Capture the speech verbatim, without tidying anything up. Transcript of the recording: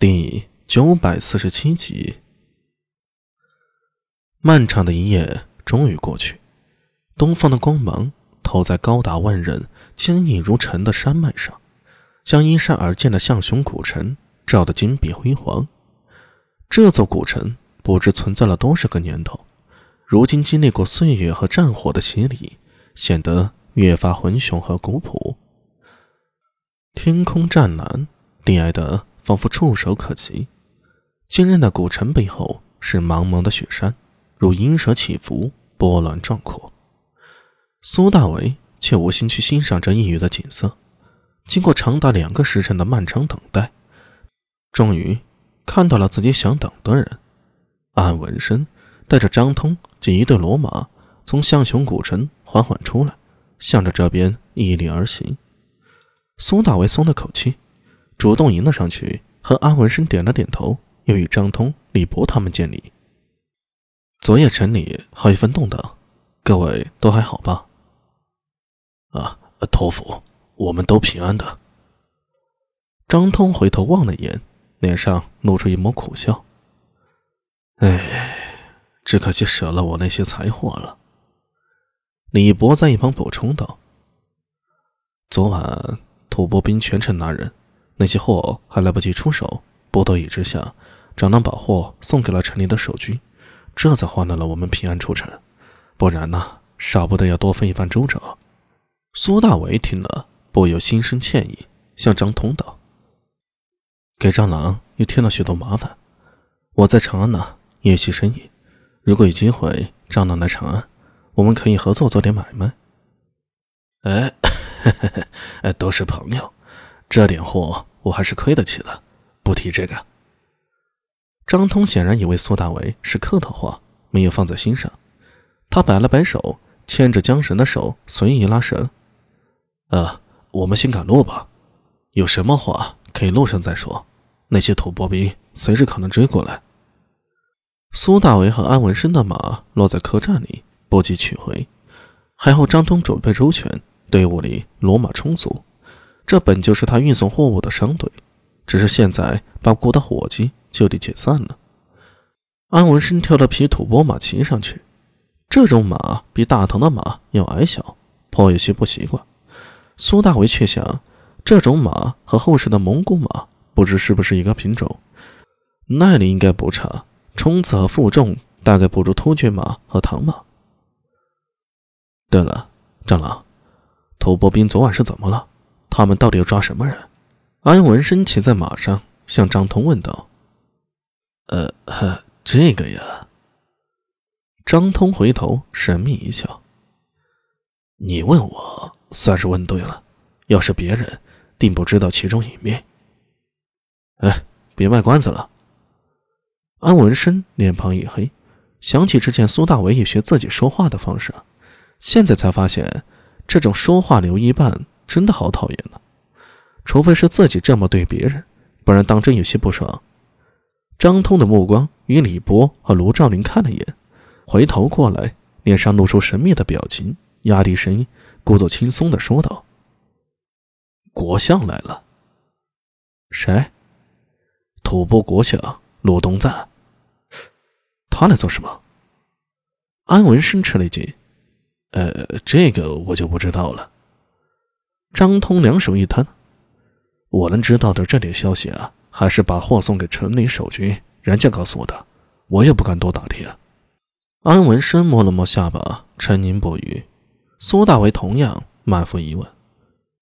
第九百四十七集。漫长的一夜终于过去，东方的光芒投在高达万仞、坚毅如城的山脉上，将依山而建的象雄古城照得金碧辉煌。这座古城不知存在了多少个年头，如今经历过岁月和战火的洗礼，显得越发浑雄和古朴。天空湛蓝，低矮的仿佛触手可及。坚韧的古城背后是茫茫的雪山，如银蛇起伏，波澜壮阔。苏大为却无心去欣赏这异域的景色。经过长达两个时辰的漫长等待，终于看到了自己想等的人。安文生带着张通及一队骡马从象雄古城缓缓出来，向着这边屹立而行。苏大为松了口气，主动迎了上去，和安文生点了点头，又与张通、李博他们见礼。昨夜城里好一番动荡，各位都还好吧？ 啊，头府，我们都平安的。 张通回头望了一眼，脸上露出一抹苦笑。 哎，只可惜舍了我那些财货了。 李博在一旁补充道。 昨晚吐蕃兵全城拿人，那些货还来不及出手，不得已之下，长郎把货送给了城里的守军，这才换来了我们平安出城。不然呢，少不得要多分一番周折。 苏大为听了，不由心生歉意，向张通道：“ 给长郎又添了许多麻烦。我在长安呢，夜袭生意，如果有机会长郎来长安，我们可以合作做点买卖。”哎，呵呵，都是朋友，这点货我还是亏得起的，不提这个。 张通显然以为苏大为是客套话，没有放在心上。他摆了摆手，牵着缰绳的手随意拉绳。 呃，我们先赶路吧，有什么话可以路上再说，那些吐蕃兵随时可能追过来。 苏大为和安文生的马落在客栈里，不及取回，还好张通准备周全，队伍里骡马充足，这本就是他运送货物的商队，只是现在把雇的伙计就地解散了。安文生挑了匹吐蕃马骑上去，这种马比大唐的马要矮小，颇有些不习惯。苏大为却想，这种马和后世的蒙古马不知是不是一个品种，耐力应该不差，冲刺和负重大概不如突厥马和唐马。 对了，长老，吐蕃兵昨晚是怎么了？他们到底要抓什么人？ 安文生骑在马上，向张通问道。 呃，呵，这个呀。 张通回头神秘一笑。 你问我算是问对了，要是别人定不知道其中隐秘。 哎，别卖关子了。安文生脸庞一黑，想起之前苏大为也学自己说话的方式，现在才发现这种说话留一半真的好讨厌呢。除非是自己这么对别人，不然当真有些不爽。张通的目光与李波和卢兆林看了一眼，回头过来，脸上露出神秘的表情，压低声音，故作轻松地说道：“ 国相来了。”“ 谁？”“ 吐蕃国相陆东赞。”“ 他来做什么？”安文生吃了一惊。 “呃，这个我就不知道了。” 张通两手一摊。 我能知道的这点消息啊，还是把货送给城里守军，人家告诉我的，我也不敢多打听。 安文生摸了摸下巴，沉吟不语。苏大为同样满腹疑问。